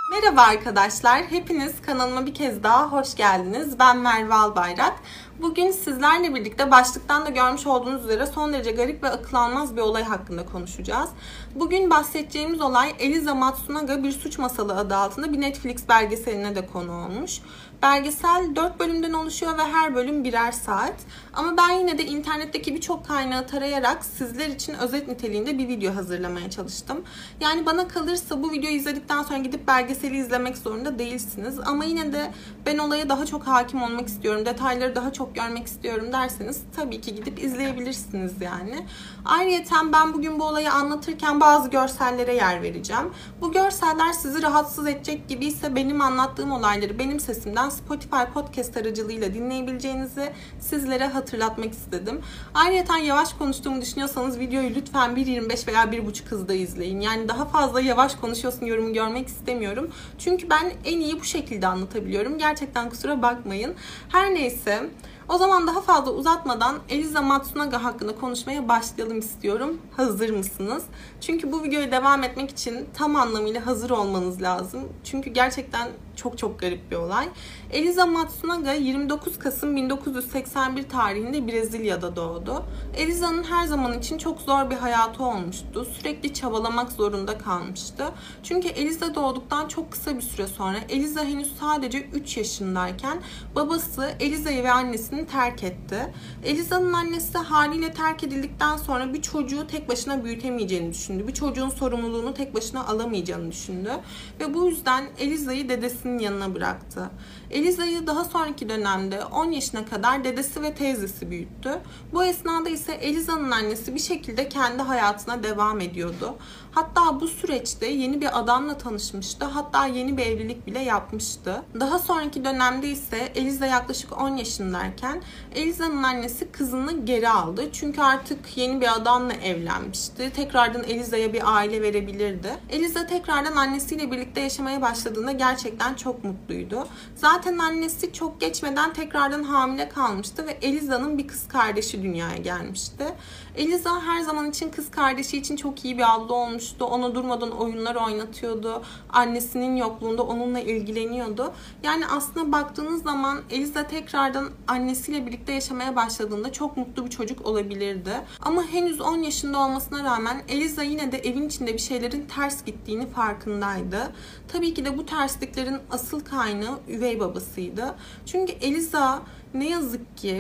Merhaba arkadaşlar, hepiniz kanalıma bir kez daha hoş geldiniz. Ben Merve Albayrak. Bugün sizlerle birlikte başlıktan da görmüş olduğunuz üzere son derece garip ve akıl almaz bir olay hakkında konuşacağız. Bugün bahsedeceğimiz olay Eliza Matsunaga Bir Suç Masalı adı altında bir Netflix belgeseline de konu olmuş. Belgesel 4 bölümden oluşuyor ve her bölüm birer saat. Ama ben yine de internetteki birçok kaynağı tarayarak sizler için özet niteliğinde bir video hazırlamaya çalıştım. Yani bana kalırsa bu videoyu izledikten sonra gidip belgeseli izlemek zorunda değilsiniz. Ama yine de ben olaya daha çok hakim olmak istiyorum, detayları daha çok görmek istiyorum derseniz tabii ki gidip izleyebilirsiniz yani. Ayrıyeten ben bugün bu olayı anlatırken bazı görsellere yer vereceğim. Bu görseller sizi rahatsız edecek gibiyse benim anlattığım olayları benim sesimden Spotify podcast aracılığıyla dinleyebileceğinizi sizlere hatırlatmak istedim. Ayrıyeten yavaş konuştuğumu düşünüyorsanız videoyu lütfen 1.25 veya 1.5 hızda izleyin. Yani daha fazla yavaş konuşuyorsun yorumu görmek istemiyorum. Çünkü ben en iyi bu şekilde anlatabiliyorum. Gerçekten kusura bakmayın. Her neyse, o zaman daha fazla uzatmadan Eliza Matsunaga hakkında konuşmaya başlayalım istiyorum. Hazır mısınız? Çünkü bu videoya devam etmek için tam anlamıyla hazır olmanız lazım. Çünkü gerçekten çok garip bir olay. Eliza Matsunaga 29 Kasım 1981 tarihinde Brezilya'da doğdu. Eliza'nın her zaman için çok zor bir hayatı olmuştu. Sürekli çabalamak zorunda kalmıştı. Çünkü Eliza doğduktan çok kısa bir süre sonra Eliza henüz sadece 3 yaşındayken babası Eliza'yı ve annesini terk etti. Eliza'nın annesi haliyle terk edildikten sonra bir çocuğu tek başına büyütemeyeceğini düşündü. Bir çocuğun sorumluluğunu tek başına alamayacağını düşündü. Ve bu yüzden Eliza'yı dedesinin yanına bıraktı. Eliza'yı daha sonraki dönemde 10 yaşına kadar dedesi ve teyzesi büyüttü. Bu esnada ise Eliza'nın annesi bir şekilde kendi hayatına devam ediyordu. Hatta bu süreçte yeni bir adamla tanışmıştı. Hatta yeni bir evlilik bile yapmıştı. Daha sonraki dönemde ise Eliza yaklaşık 10 yaşındayken Eliza'nın annesi kızını geri aldı. Çünkü artık yeni bir adamla evlenmişti. Tekrardan Eliza'ya bir aile verebilirdi. Eliza tekrardan annesiyle birlikte yaşamaya başladığında gerçekten çok mutluydu. Zaten annesi çok geçmeden tekrardan hamile kalmıştı ve Eliza'nın bir kız kardeşi dünyaya gelmişti. Eliza her zaman için kız kardeşi için çok iyi bir abla olmuştu. Ona durmadan oyunlar oynatıyordu. Annesinin yokluğunda onunla ilgileniyordu. Yani aslında baktığınız zaman Eliza tekrardan annesiyle birlikte yaşamaya başladığında çok mutlu bir çocuk olabilirdi. Ama henüz 10 yaşında olmasına rağmen Eliza yine de evin içinde bir şeylerin ters gittiğini farkındaydı. Tabii ki de bu tersliklerin asıl kaynağı üvey babasıydı. Çünkü Eliza ne yazık ki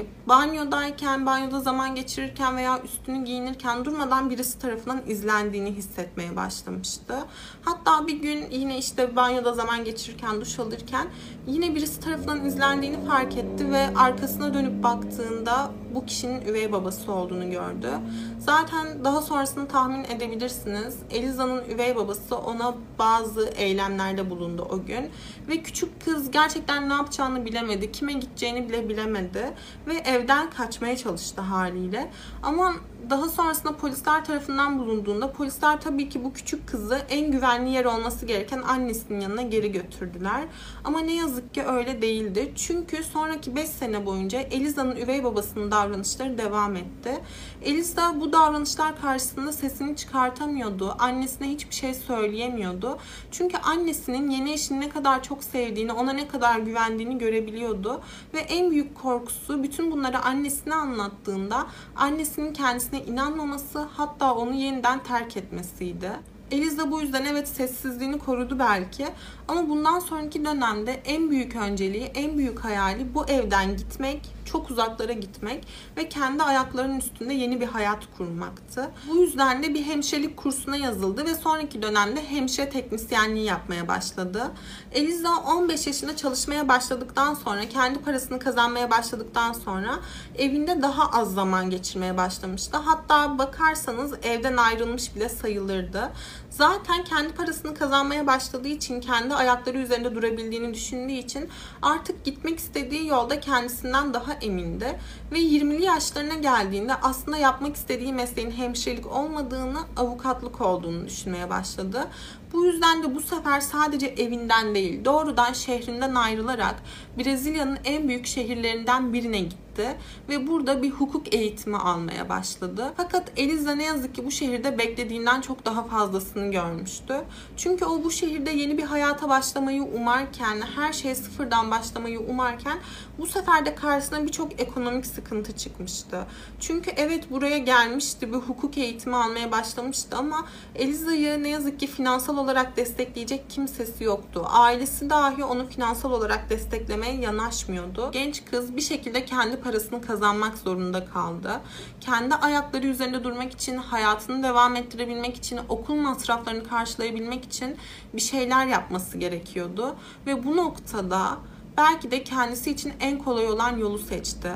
banyoda zaman geçirirken veya üstünü giyinirken durmadan birisi tarafından izlendiğini hissetmeye başlamıştı. Hatta bir gün yine işte banyoda zaman geçirirken, duş alırken yine birisi tarafından izlendiğini fark etti ve arkasına dönüp baktığında bu kişinin üvey babası olduğunu gördü. Zaten daha sonrasını tahmin edebilirsiniz. Eliza'nın üvey babası ona bazı eylemlerde bulundu o gün. Ve küçük kız gerçekten ne yapacağını bilemedi. Kime gideceğini bile bilemedi. Ve evden kaçmaya çalıştı haliyle. Ama daha sonrasında polisler tarafından bulunduğunda polisler tabii ki bu küçük kızı en güvenli yer olması gereken annesinin yanına geri götürdüler. Ama ne yazık ki öyle değildi. Çünkü sonraki 5 sene boyunca Eliza'nın üvey babasının davranışları devam etti. Eliza bu davranışlar karşısında sesini çıkartamıyordu. Annesine hiçbir şey söyleyemiyordu. Çünkü annesinin yeni eşini ne kadar çok sevdiğini, ona ne kadar güvendiğini görebiliyordu. Ve en büyük korkusu bütün bunları annesine anlattığında annesinin kendisine inanmaması, hatta onu yeniden terk etmesiydi. Eliza bu yüzden evet sessizliğini korudu belki ama bundan sonraki dönemde en büyük önceliği, en büyük hayali bu evden gitmek, çok uzaklara gitmek ve kendi ayaklarının üstünde yeni bir hayat kurmaktı. Bu yüzden de bir hemşirelik kursuna yazıldı ve sonraki dönemde hemşire teknisyenliği yapmaya başladı. Eliza 15 yaşında çalışmaya başladıktan sonra, kendi parasını kazanmaya başladıktan sonra evinde daha az zaman geçirmeye başlamıştı. Hatta bakarsanız evden ayrılmış bile sayılırdı. Zaten kendi parasını kazanmaya başladığı için, kendi ayakları üzerinde durabildiğini düşündüğü için artık gitmek istediği yolda kendisinden daha emindi. Ve 20'li yaşlarına geldiğinde aslında yapmak istediği mesleğin hemşirelik olmadığını, avukatlık olduğunu düşünmeye başladı. Bu yüzden de bu sefer sadece evinden değil, doğrudan şehrinden ayrılarak Brezilya'nın en büyük şehirlerinden birine gitti. gitti ve burada bir hukuk eğitimi almaya başladı. Fakat Eliza ne yazık ki bu şehirde beklediğinden çok daha fazlasını görmüştü. Çünkü o bu şehirde yeni bir hayata başlamayı umarken, her şeye sıfırdan başlamayı umarken bu sefer de karşısına birçok ekonomik sıkıntı çıkmıştı. Çünkü evet buraya gelmişti, bir hukuk eğitimi almaya başlamıştı ama Eliza'yı ne yazık ki finansal olarak destekleyecek kimsesi yoktu. Ailesi dahi onu finansal olarak desteklemeye yanaşmıyordu. Genç kız bir şekilde kendi parasını kazanmak zorunda kaldı. Kendi ayakları üzerinde durmak için, hayatını devam ettirebilmek için, okul masraflarını karşılayabilmek için bir şeyler yapması gerekiyordu. Ve bu noktada belki de kendisi için en kolay olan yolu seçti.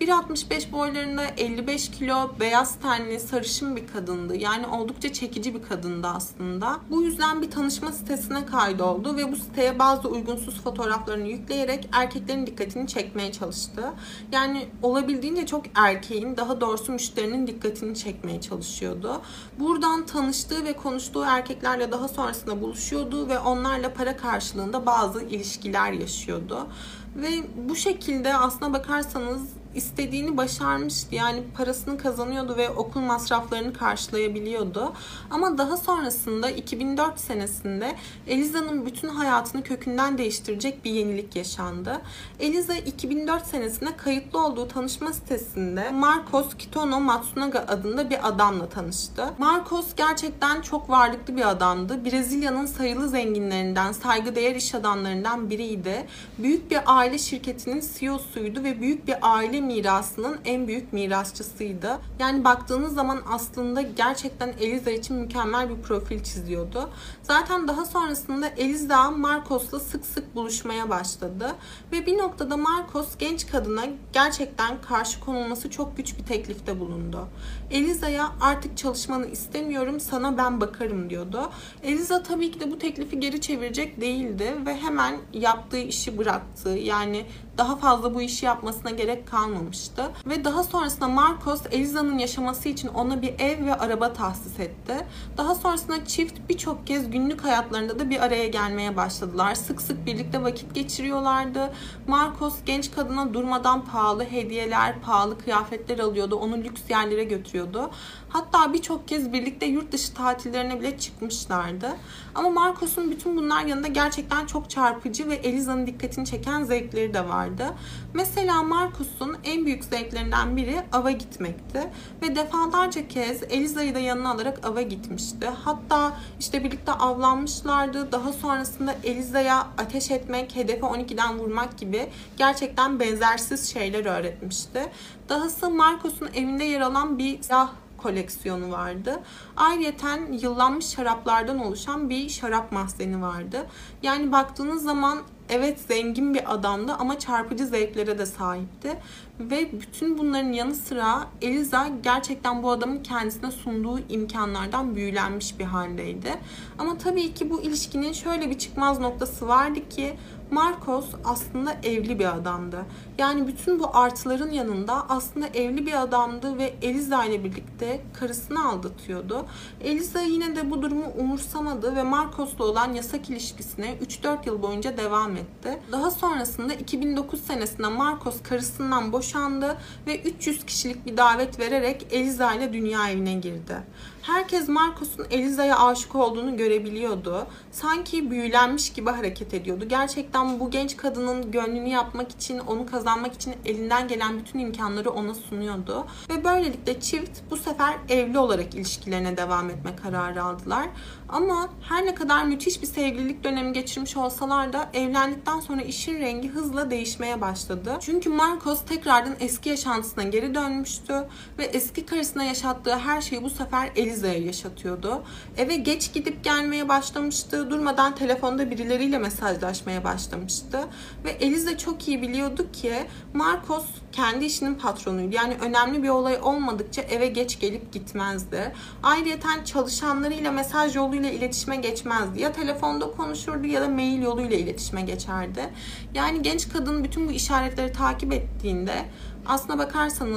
1.65 boylarında, 55 kilo, beyaz tenli, sarışın bir kadındı. Yani oldukça çekici bir kadındı aslında. Bu yüzden bir tanışma sitesine kaydoldu ve bu siteye bazı uygunsuz fotoğraflarını yükleyerek erkeklerin dikkatini çekmeye çalıştı. Yani olabildiğince çok erkeğin, daha doğrusu müşterinin dikkatini çekmeye çalışıyordu. Buradan tanıştığı ve konuştuğu erkeklerle daha sonrasında buluşuyordu ve onlarla para karşılığında bazı ilişkiler yaşıyordu. Ve bu şekilde aslına bakarsanız istediğini başarmıştı. Yani parasını kazanıyordu ve okul masraflarını karşılayabiliyordu. Ama daha sonrasında 2004 senesinde Eliza'nın bütün hayatını kökünden değiştirecek bir yenilik yaşandı. Eliza 2004 senesinde kayıtlı olduğu tanışma sitesinde Marcos Kitono Matsunaga adında bir adamla tanıştı. Marcos gerçekten çok varlıklı bir adamdı. Brezilya'nın sayılı zenginlerinden, saygıdeğer iş adamlarından biriydi. Büyük bir aile şirketinin CEO'suydu ve büyük bir aile mirasının en büyük mirasçısıydı. Yani baktığınız zaman aslında gerçekten Eliza için mükemmel bir profil çiziyordu. Zaten daha sonrasında Eliza Marcos'la sık sık buluşmaya başladı. Ve bir noktada Marcos genç kadına gerçekten karşı konulması çok güç bir teklifte bulundu. Eliza'ya artık çalışmanı istemiyorum, sana ben bakarım diyordu. Eliza tabii ki de bu teklifi geri çevirecek değildi ve hemen yaptığı işi bıraktı. Yani daha fazla bu işi yapmasına gerek kalmamıştı. Ve daha sonrasında Marcos Eliza'nın yaşaması için ona bir ev ve araba tahsis etti. Daha sonrasında çift birçok kez günlük hayatlarında da bir araya gelmeye başladılar. Sık sık birlikte vakit geçiriyorlardı. Marcos genç kadına durmadan pahalı hediyeler, pahalı kıyafetler alıyordu. Onu lüks yerlere götürüyordu. Hatta birçok kez birlikte yurt dışı tatillerine bile çıkmışlardı. Ama Marcos'un bütün bunlar yanında gerçekten çok çarpıcı ve Eliza'nın dikkatini çeken zevkleri de vardı. Mesela Marcos'un en büyük zevklerinden biri ava gitmekti. Ve defalarca kez Eliza'yı da yanına alarak ava gitmişti. Hatta işte birlikte avlanmışlardı. Daha sonrasında Eliza'ya ateş etmek, hedefe 12'den vurmak gibi gerçekten benzersiz şeyler öğretmişti. Dahası Marcos'un evinde yer alan bir silah koleksiyonu vardı. Ayrıyeten yıllanmış şaraplardan oluşan bir şarap mahzeni vardı. Yani baktığınız zaman evet zengin bir adamdı ama çarpıcı zevklere de sahipti. Ve bütün bunların yanı sıra Eliza gerçekten bu adamın kendisine sunduğu imkanlardan büyülenmiş bir haldeydi. Ama tabii ki bu ilişkinin şöyle bir çıkmaz noktası vardı ki Marcos aslında evli bir adamdı. Yani bütün bu artıların yanında aslında evli bir adamdı ve Eliza ile birlikte karısını aldatıyordu. Eliza yine de bu durumu umursamadı ve Marcos'la olan yasak ilişkisine 3-4 yıl boyunca devam etti. Daha sonrasında 2009 senesinde Marcos karısından boşandı ve 300 kişilik bir davet vererek Eliza ile dünya evine girdi. Herkes Marcos'un Eliza'ya aşık olduğunu görebiliyordu. Sanki büyülenmiş gibi hareket ediyordu. Gerçekten bu genç kadının gönlünü yapmak için, onu kazanmak için elinden gelen bütün imkanları ona sunuyordu. Ve böylelikle çift bu sefer evli olarak ilişkilerine devam etme kararı aldılar. Ama her ne kadar müthiş bir sevgililik dönemi geçirmiş olsalar da evlendikten sonra işin rengi hızla değişmeye başladı. Çünkü Marcos tekrardan eski yaşantısına geri dönmüştü ve eski karısına yaşattığı her şeyi bu sefer Eliza'ya yaşatıyordu. Eve geç gidip gelmeye başlamıştı. Durmadan telefonda birileriyle mesajlaşmaya başlamıştı. Ve Eliza çok iyi biliyordu ki Marcos kendi işinin patronuydu. Yani önemli bir olay olmadıkça eve geç gelip gitmezdi. Ayrıyeten çalışanlarıyla mesaj yoluyla iletişime geçmezdi. Ya telefonda konuşurdu ya da mail yoluyla iletişime geçerdi. Yani genç kadın bütün bu işaretleri takip ettiğinde aslına bakarsanız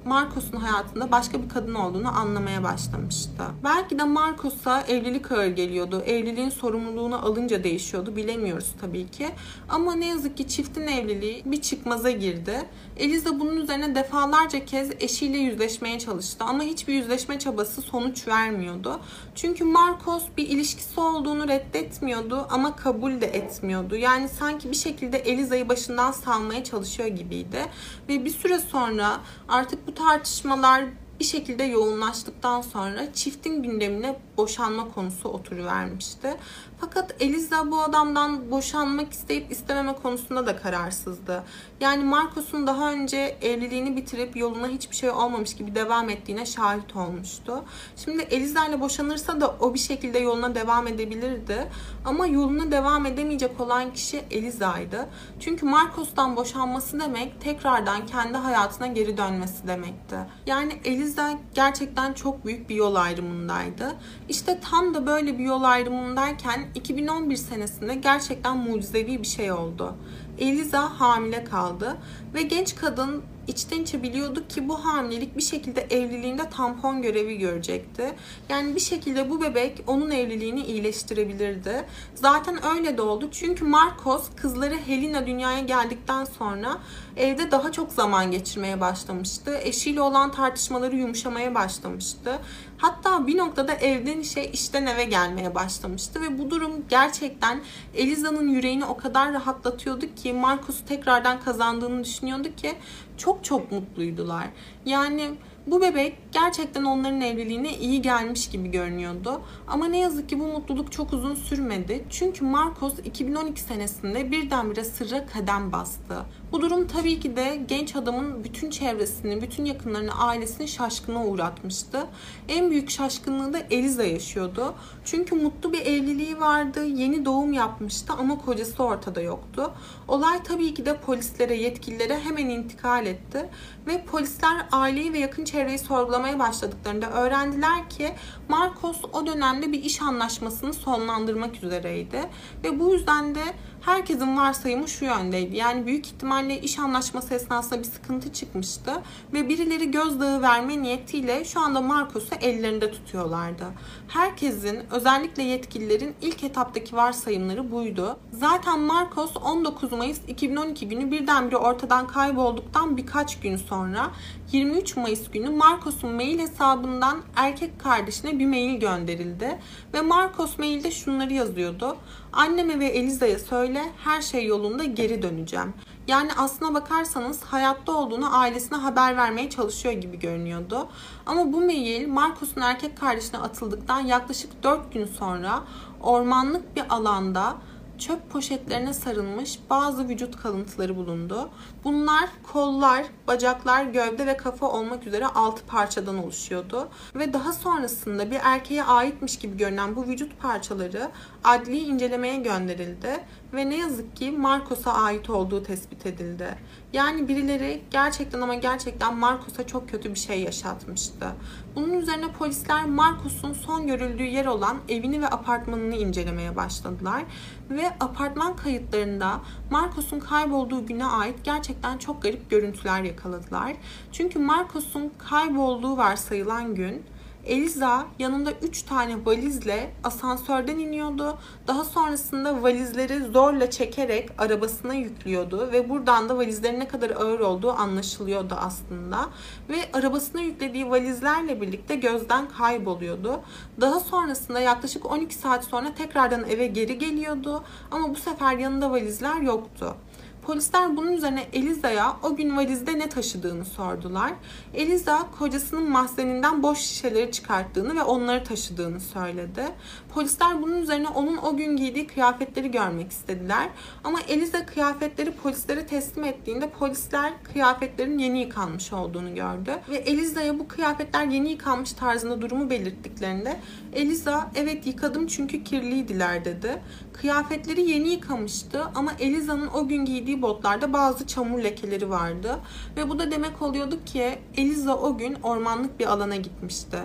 Marcos'un hayatında başka bir kadın olduğunu anlamaya başlamıştı. Belki de Marcos'a evlilik ağır geliyordu. Evliliğin sorumluluğunu alınca değişiyordu. Bilemiyoruz tabii ki. Ama ne yazık ki çiftin evliliği bir çıkmaza girdi. Eliza bunun üzerine defalarca kez eşiyle yüzleşmeye çalıştı. Ama hiçbir yüzleşme çabası sonuç vermiyordu. Çünkü Marcos bir ilişkisi olduğunu reddetmiyordu ama kabul de etmiyordu. Yani sanki bir şekilde Eliza'yı başından salmaya çalışıyor gibiydi. Ve bir süre sonra artık bu tartışmalar bir şekilde yoğunlaştıktan sonra çiftin gündemine boşanma konusu oturuvermişti. Fakat Eliza bu adamdan boşanmak isteyip istememe konusunda da kararsızdı. Yani Marcos'un daha önce evliliğini bitirip yoluna hiçbir şey olmamış gibi devam ettiğine şahit olmuştu. Şimdi Eliza ile boşanırsa da o bir şekilde yoluna devam edebilirdi. Ama yoluna devam edemeyecek olan kişi Eliza'ydı. Çünkü Marcos'tan boşanması demek tekrardan kendi hayatına geri dönmesi demekti. Yani Eliza gerçekten çok büyük bir yol ayrımındaydı. İşte tam da böyle bir yol ayrımındayken 2011 senesinde gerçekten mucizevi bir şey oldu. Eliza hamile kaldı ve genç kadın içten içe biliyordu ki bu hamilelik bir şekilde evliliğinde tampon görevi görecekti. Yani bir şekilde bu bebek onun evliliğini iyileştirebilirdi. Zaten öyle de oldu. Çünkü Marcos kızları Helena dünyaya geldikten sonra evde daha çok zaman geçirmeye başlamıştı. Eşiyle olan tartışmaları yumuşamaya başlamıştı. Hatta bir noktada evden işe, işten eve gelmeye başlamıştı ve bu durum gerçekten Eliza'nın yüreğini o kadar rahatlatıyordu ki Marcos'u tekrardan kazandığını düşünüyordu ki çok mutluydular. Yani bu bebek gerçekten onların evliliğine iyi gelmiş gibi görünüyordu. Ama ne yazık ki bu mutluluk çok uzun sürmedi. Çünkü Marcos 2012 senesinde birdenbire sırra kadem bastı. Bu durum tabii ki de genç adamın bütün çevresini, bütün yakınlarını, ailesini şaşkına uğratmıştı. En büyük şaşkınlığı da Eliza yaşıyordu. Çünkü mutlu bir evliliği vardı, yeni doğum yapmıştı ama kocası ortada yoktu. Olay tabii ki de polislere, yetkililere hemen intikal etti. Ve polisler aileyi ve yakın çevreyi sorgulamaya başladıklarında öğrendiler ki Marcos o dönemde bir iş anlaşmasını sonlandırmak üzereydi. Ve bu yüzden de herkesin varsayımı şu yöndeydi. Yani büyük ihtimalle iş anlaşması esnasında bir sıkıntı çıkmıştı ve birileri gözdağı verme niyetiyle şu anda Marcos'u ellerinde tutuyorlardı. Herkesin, özellikle yetkililerin ilk etaptaki varsayımları buydu. Zaten Marcos 19 Mayıs 2012 günü birdenbire ortadan kaybolduktan birkaç gün sonra 23 Mayıs günü Marcos'un mail hesabından erkek kardeşine bir mail gönderildi ve Marcos mailde şunları yazıyordu: "Anneme ve Eliza'ya söyle, her şey yolunda, geri döneceğim." Yani aslına bakarsanız hayatta olduğunu ailesine haber vermeye çalışıyor gibi görünüyordu. Ama bu mail Marcos'un erkek kardeşine atıldıktan yaklaşık 4 gün sonra ormanlık bir alanda çöp poşetlerine sarılmış bazı vücut kalıntıları bulundu. Bunlar kollar, bacaklar, gövde ve kafa olmak üzere 6 parçadan oluşuyordu. Ve daha sonrasında bir erkeğe aitmiş gibi görünen bu vücut parçaları adli incelemeye gönderildi. Ve ne yazık ki Marcos'a ait olduğu tespit edildi. Yani birileri gerçekten ama gerçekten Marcos'a çok kötü bir şey yaşatmıştı. Bunun üzerine polisler Marcos'un son görüldüğü yer olan evini ve apartmanını incelemeye başladılar. Ve apartman kayıtlarında Marcos'un kaybolduğu güne ait gerçekten çok garip görüntüler yakaladılar. Çünkü Marcos'un kaybolduğu varsayılan gün Eliza yanında 3 tane valizle asansörden iniyordu. Daha sonrasında valizleri zorla çekerek arabasına yüklüyordu ve buradan da valizlerin ne kadar ağır olduğu anlaşılıyordu aslında. Ve arabasına yüklediği valizlerle birlikte gözden kayboluyordu. Daha sonrasında yaklaşık 12 saat sonra tekrardan eve geri geliyordu ama bu sefer yanında valizler yoktu. Polisler bunun üzerine Eliza'ya o gün valizde ne taşıdığını sordular. Eliza kocasının mahzeninden boş şişeleri çıkarttığını ve onları taşıdığını söyledi. Polisler bunun üzerine onun o gün giydiği kıyafetleri görmek istediler. Ama Eliza kıyafetleri polislere teslim ettiğinde polisler kıyafetlerin yeni yıkanmış olduğunu gördü. Ve Eliza'ya bu kıyafetler yeni yıkanmış tarzında durumu belirttiklerinde Eliza evet yıkadım çünkü kirliydiler dedi. Kıyafetleri yeni yıkamıştı ama Eliza'nın o gün giydiği botlarda bazı çamur lekeleri vardı. Ve bu da demek oluyordu ki Eliza o gün ormanlık bir alana gitmişti.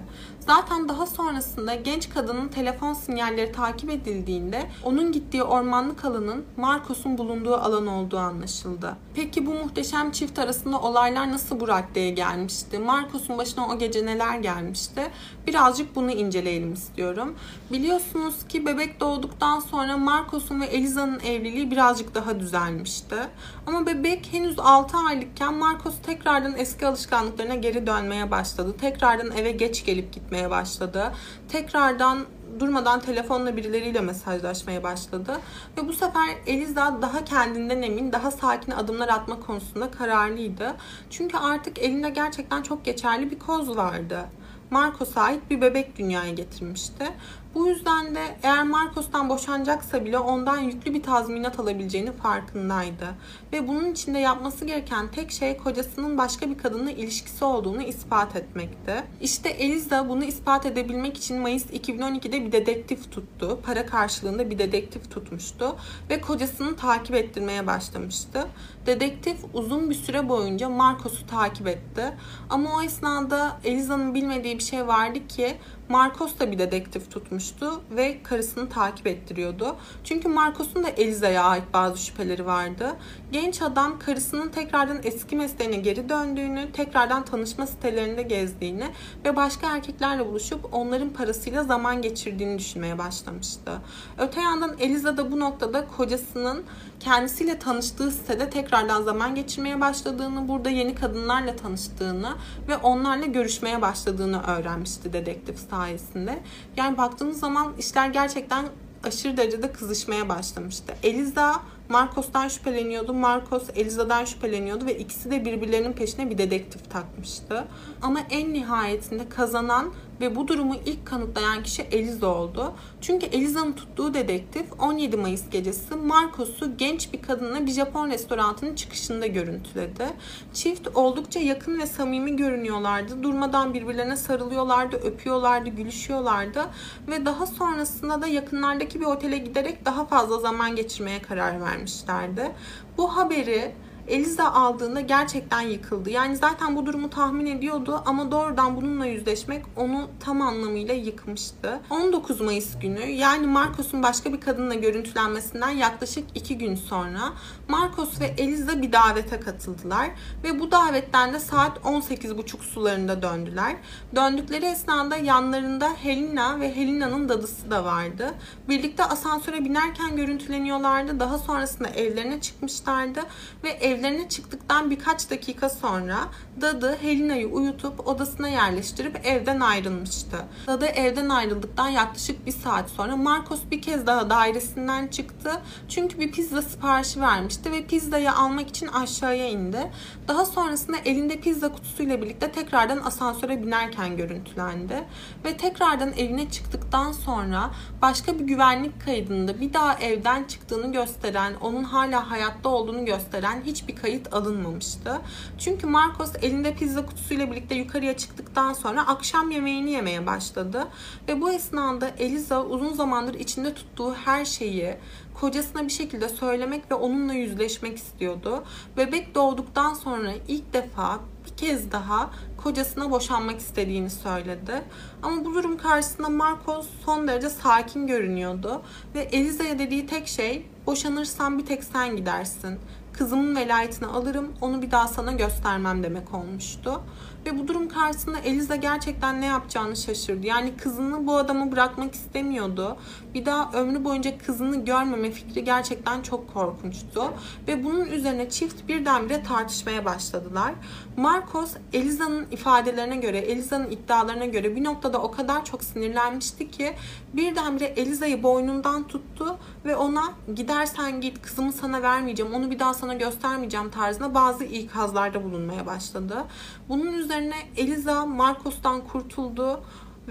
Zaten daha sonrasında genç kadının telefon sinyalleri takip edildiğinde onun gittiği ormanlık alanın Marcos'un bulunduğu alan olduğu anlaşıldı. Peki bu muhteşem çift arasında olaylar nasıl bu raddeye gelmişti? Marcos'un başına o gece neler gelmişti? Birazcık bunu inceleyelim istiyorum. Biliyorsunuz ki bebek doğduktan sonra Marcos'un ve Elisa'nın evliliği birazcık daha düzelmişti. Ama bebek henüz 6 aylıkken Marcos tekrardan eski alışkanlıklarına geri dönmeye başladı. Tekrardan eve geç gelip gitmeye başladı. Tekrardan durmadan telefonla birileriyle mesajlaşmaya başladı. Ve bu sefer Elisa daha kendinden emin, daha sakin adımlar atma konusunda kararlıydı. Çünkü artık elinde gerçekten çok geçerli bir koz vardı. Marcos'a ait bir bebek dünyaya getirmişti. Bu yüzden de eğer Marcos'tan boşanacaksa bile ondan yüklü bir tazminat alabileceğini farkındaydı. Ve bunun için de yapması gereken tek şey kocasının başka bir kadınla ilişkisi olduğunu ispat etmekti. İşte Elisa bunu ispat edebilmek için Mayıs 2012'de bir dedektif tuttu. Para karşılığında bir dedektif tutmuştu ve kocasını takip ettirmeye başlamıştı. Dedektif uzun bir süre boyunca Marcos'u takip etti. Ama o esnada Elisa'nın bilmediği bir şey vardı ki Marcos da bir dedektif tutmuştu ve karısını takip ettiriyordu. Çünkü Marcos'un da Elisa'ya ait bazı şüpheleri vardı. Genç adam karısının tekrardan eski mesleğine geri döndüğünü, tekrardan tanışma sitelerinde gezdiğini ve başka erkeklerle buluşup onların parasıyla zaman geçirdiğini düşünmeye başlamıştı. Öte yandan Elisa da bu noktada kocasının kendisiyle tanıştığı sitede tekrardan zaman geçirmeye başladığını, burada yeni kadınlarla tanıştığını ve onlarla görüşmeye başladığını öğrenmişti dedektif sayesinde. Yani baktığınız zaman işler gerçekten aşırı derecede kızışmaya başlamıştı. Elisa Marcos'tan şüpheleniyordu, Marcos Elisa'dan şüpheleniyordu ve ikisi de birbirlerinin peşine bir dedektif takmıştı. Ama en nihayetinde kazanan ve bu durumu ilk kanıtlayan kişi Elisa oldu. Çünkü Elisa'nın tuttuğu dedektif 17 Mayıs gecesi Marcos'u genç bir kadınla bir Japon restoranının çıkışında görüntüledi. Çift oldukça yakın ve samimi görünüyorlardı. Durmadan birbirlerine sarılıyorlardı, öpüyorlardı, gülüşüyorlardı ve daha sonrasında da yakınlardaki bir otele giderek daha fazla zaman geçirmeye karar vermişlerdi. Bu haberi Elisa aldığında gerçekten yıkıldı. Yani zaten bu durumu tahmin ediyordu ama doğrudan bununla yüzleşmek onu tam anlamıyla yıkmıştı. 19 Mayıs günü, yani Marcos'un başka bir kadınla görüntülenmesinden yaklaşık 2 gün sonra Marcos ve Elisa bir davete katıldılar ve bu davetten de saat 18.30 sularında döndüler. Döndükleri esnada yanlarında Helena ve Helena'nın dadısı da vardı. Birlikte asansöre binerken görüntüleniyorlardı. Daha sonrasında evlerine çıkmışlardı ve evlerine çıktıktan birkaç dakika sonra dadı Helena'yı uyutup odasına yerleştirip evden ayrılmıştı. Dadı evden ayrıldıktan yaklaşık bir saat sonra Marcos bir kez daha dairesinden çıktı. Çünkü bir pizza siparişi vermişti ve pizzayı almak için aşağıya indi. Daha sonrasında elinde pizza kutusuyla birlikte tekrardan asansöre binerken görüntülendi. Ve tekrardan evine çıktıktan sonra başka bir güvenlik kaydında bir daha evden çıktığını gösteren, onun hala hayatta olduğunu gösteren hiçbir kayıt alınmamıştı. Çünkü Marcos elinde pizza kutusuyla birlikte yukarıya çıktıktan sonra akşam yemeğini yemeye başladı. Ve bu esnada Elisa uzun zamandır içinde tuttuğu her şeyi kocasına bir şekilde söylemek ve onunla yüzleşmek istiyordu. Bebek doğduktan sonra ilk defa bir kez daha kocasına boşanmak istediğini söyledi. Ama bu durum karşısında Marcos son derece sakin görünüyordu ve Elisa'ya dediği tek şey, boşanırsan bir tek sen gidersin. Kızımın velayetini alırım, onu bir daha sana göstermem demek olmuştu. Ve bu durum karşısında Elisa gerçekten ne yapacağını şaşırdı. Yani kızını bu adama bırakmak istemiyordu. Bir daha ömrü boyunca kızını görmeme fikri gerçekten çok korkunçtu. Ve bunun üzerine çift birdenbire tartışmaya başladılar. Marcos, Elisa'nın ifadelerine göre, Elisa'nın iddialarına göre bir noktada o kadar çok sinirlenmişti ki birdenbire Elisa'yı boynundan tuttu ve ona gidersen git, kızımı sana vermeyeceğim, onu bir daha sana göstermeyeceğim tarzında bazı ikazlarda bulunmaya başladı. Bunun üzerine Elisa Marcos'tan kurtuldu ve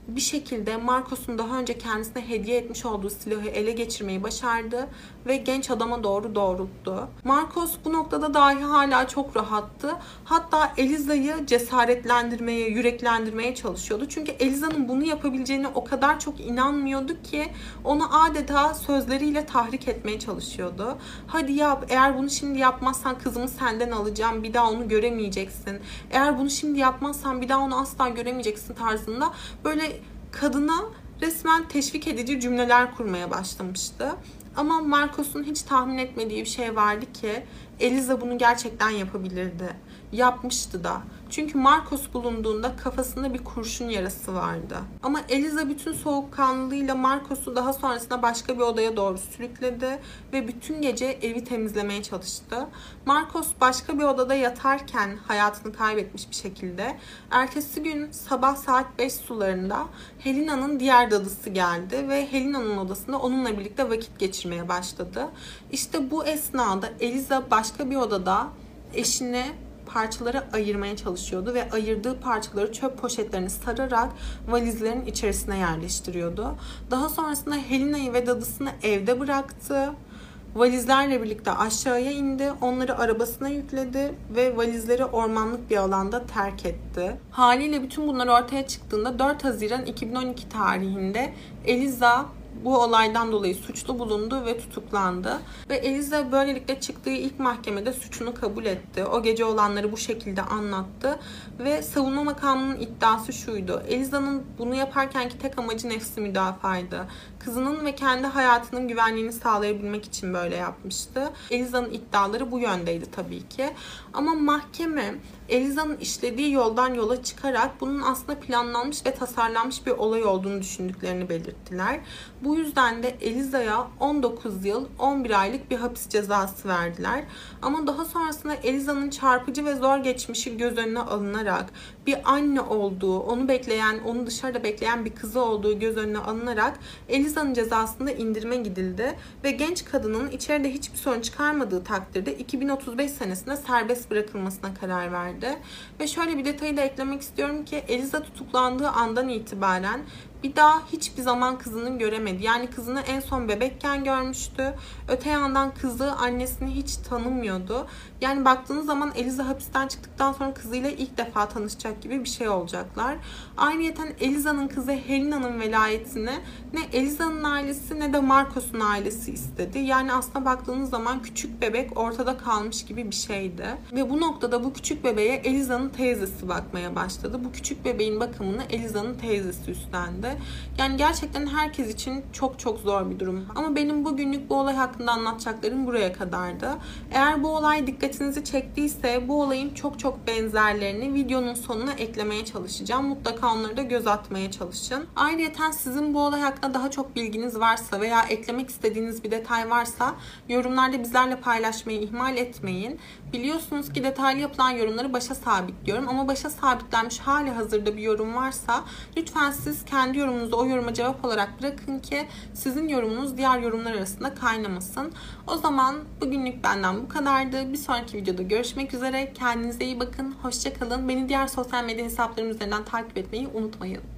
bir şekilde Marcos'un daha önce kendisine hediye etmiş olduğu silahı ele geçirmeyi başardı ve genç adama doğru doğrulttu. Marcos bu noktada dahi hala çok rahattı. Hatta Eliza'yı cesaretlendirmeye, yüreklendirmeye çalışıyordu. Çünkü Eliza'nın bunu yapabileceğine o kadar çok inanmıyordu ki onu adeta sözleriyle tahrik etmeye çalışıyordu. Hadi yap, eğer bunu şimdi yapmazsan kızımı senden alacağım, bir daha onu göremeyeceksin. Eğer bunu şimdi yapmazsan bir daha onu asla göremeyeceksin tarzında böyle kadına resmen teşvik edici cümleler kurmaya başlamıştı. Ama Marcos'un hiç tahmin etmediği bir şey vardı ki Eliza bunu gerçekten yapabilirdi. Yapmıştı da. Çünkü Marcos bulunduğunda kafasında bir kurşun yarası vardı. Ama Eliza bütün soğukkanlılığıyla Marcos'u daha sonrasında başka bir odaya doğru sürükledi ve bütün gece evi temizlemeye çalıştı. Marcos başka bir odada yatarken hayatını kaybetmiş bir şekilde. Ertesi gün sabah saat 5 sularında Helena'nın diğer dadısı geldi ve Helena'nın odasında onunla birlikte vakit geçirmeye başladı. İşte bu esnada Eliza başka bir odada eşini parçalara ayırmaya çalışıyordu ve ayırdığı parçaları çöp poşetlerini sararak valizlerin içerisine yerleştiriyordu. Daha sonrasında Helena'yı ve dadısını evde bıraktı. Valizlerle birlikte aşağıya indi, onları arabasına yükledi ve valizleri ormanlık bir alanda terk etti. Haliyle bütün bunlar ortaya çıktığında 4 Haziran 2012 tarihinde Eliza bu olaydan dolayı suçlu bulundu ve tutuklandı. Ve Eliza böylelikle çıktığı ilk mahkemede suçunu kabul etti. O gece olanları bu şekilde anlattı. Ve savunma makamının iddiası şuydu: Eliza'nın bunu yaparkenki tek amacı nefsi müdafaydı. Kızının ve kendi hayatının güvenliğini sağlayabilmek için böyle yapmıştı. Eliza'nın iddiaları bu yöndeydi tabii ki. Ama mahkeme Eliza'nın işlediği yoldan yola çıkarak bunun aslında planlanmış ve tasarlanmış bir olay olduğunu düşündüklerini belirttiler. Bu yüzden de Eliza'ya 19 yıl 11 aylık bir hapis cezası verdiler. Ama daha sonrasında Eliza'nın çarpıcı ve zor geçmişi göz önüne alınarak bir anne olduğu, onu dışarıda bekleyen bir kızı olduğu göz önüne alınarak Eliza'nın cezasında indirime gidildi ve genç kadının içeride hiçbir sorun çıkarmadığı takdirde 2035 senesinde serbest bırakılmasına karar verdi. Ve şöyle bir detayı da eklemek istiyorum ki Eliza tutuklandığı andan itibaren bir daha hiçbir zaman kızını göremedi. Yani kızını en son bebekken görmüştü. Öte yandan kızı annesini hiç tanımıyordu. Yani baktığınız zaman Eliza hapisten çıktıktan sonra kızıyla ilk defa tanışacak gibi bir şey olacaklar. Ayrıyeten Eliza'nın kızı Helena'nın velayetini ne Eliza'nın ailesi ne de Marcos'un ailesi istedi. Yani aslında baktığınız zaman küçük bebek ortada kalmış gibi bir şeydi. Ve bu noktada bu küçük bebeğe Eliza'nın teyzesi bakmaya başladı. Bu küçük bebeğin bakımını Eliza'nın teyzesi üstlendi. Yani gerçekten herkes için çok çok zor bir durum. Ama benim bugünlük bu olay hakkında anlatacaklarım buraya kadardı. Eğer bu olay dikkatinizi çektiyse bu olayın çok çok benzerlerini videonun sonuna eklemeye çalışacağım. Mutlaka onları da göz atmaya çalışın. Ayrıca sizin bu olay hakkında daha çok bilginiz varsa veya eklemek istediğiniz bir detay varsa yorumlarda bizlerle paylaşmayı ihmal etmeyin. Biliyorsunuz ki detaylı yapılan yorumları başa sabitliyorum ama başa sabitlenmiş hali hazırda bir yorum varsa lütfen siz kendi yorumunuzu o yoruma cevap olarak bırakın ki sizin yorumunuz diğer yorumlar arasında kaynamasın. O zaman bugünlük benden bu kadardı. Bir sonraki videoda görüşmek üzere. Kendinize iyi bakın. Hoşça kalın. Beni diğer sosyal medya hesaplarım üzerinden takip etmeyi unutmayın.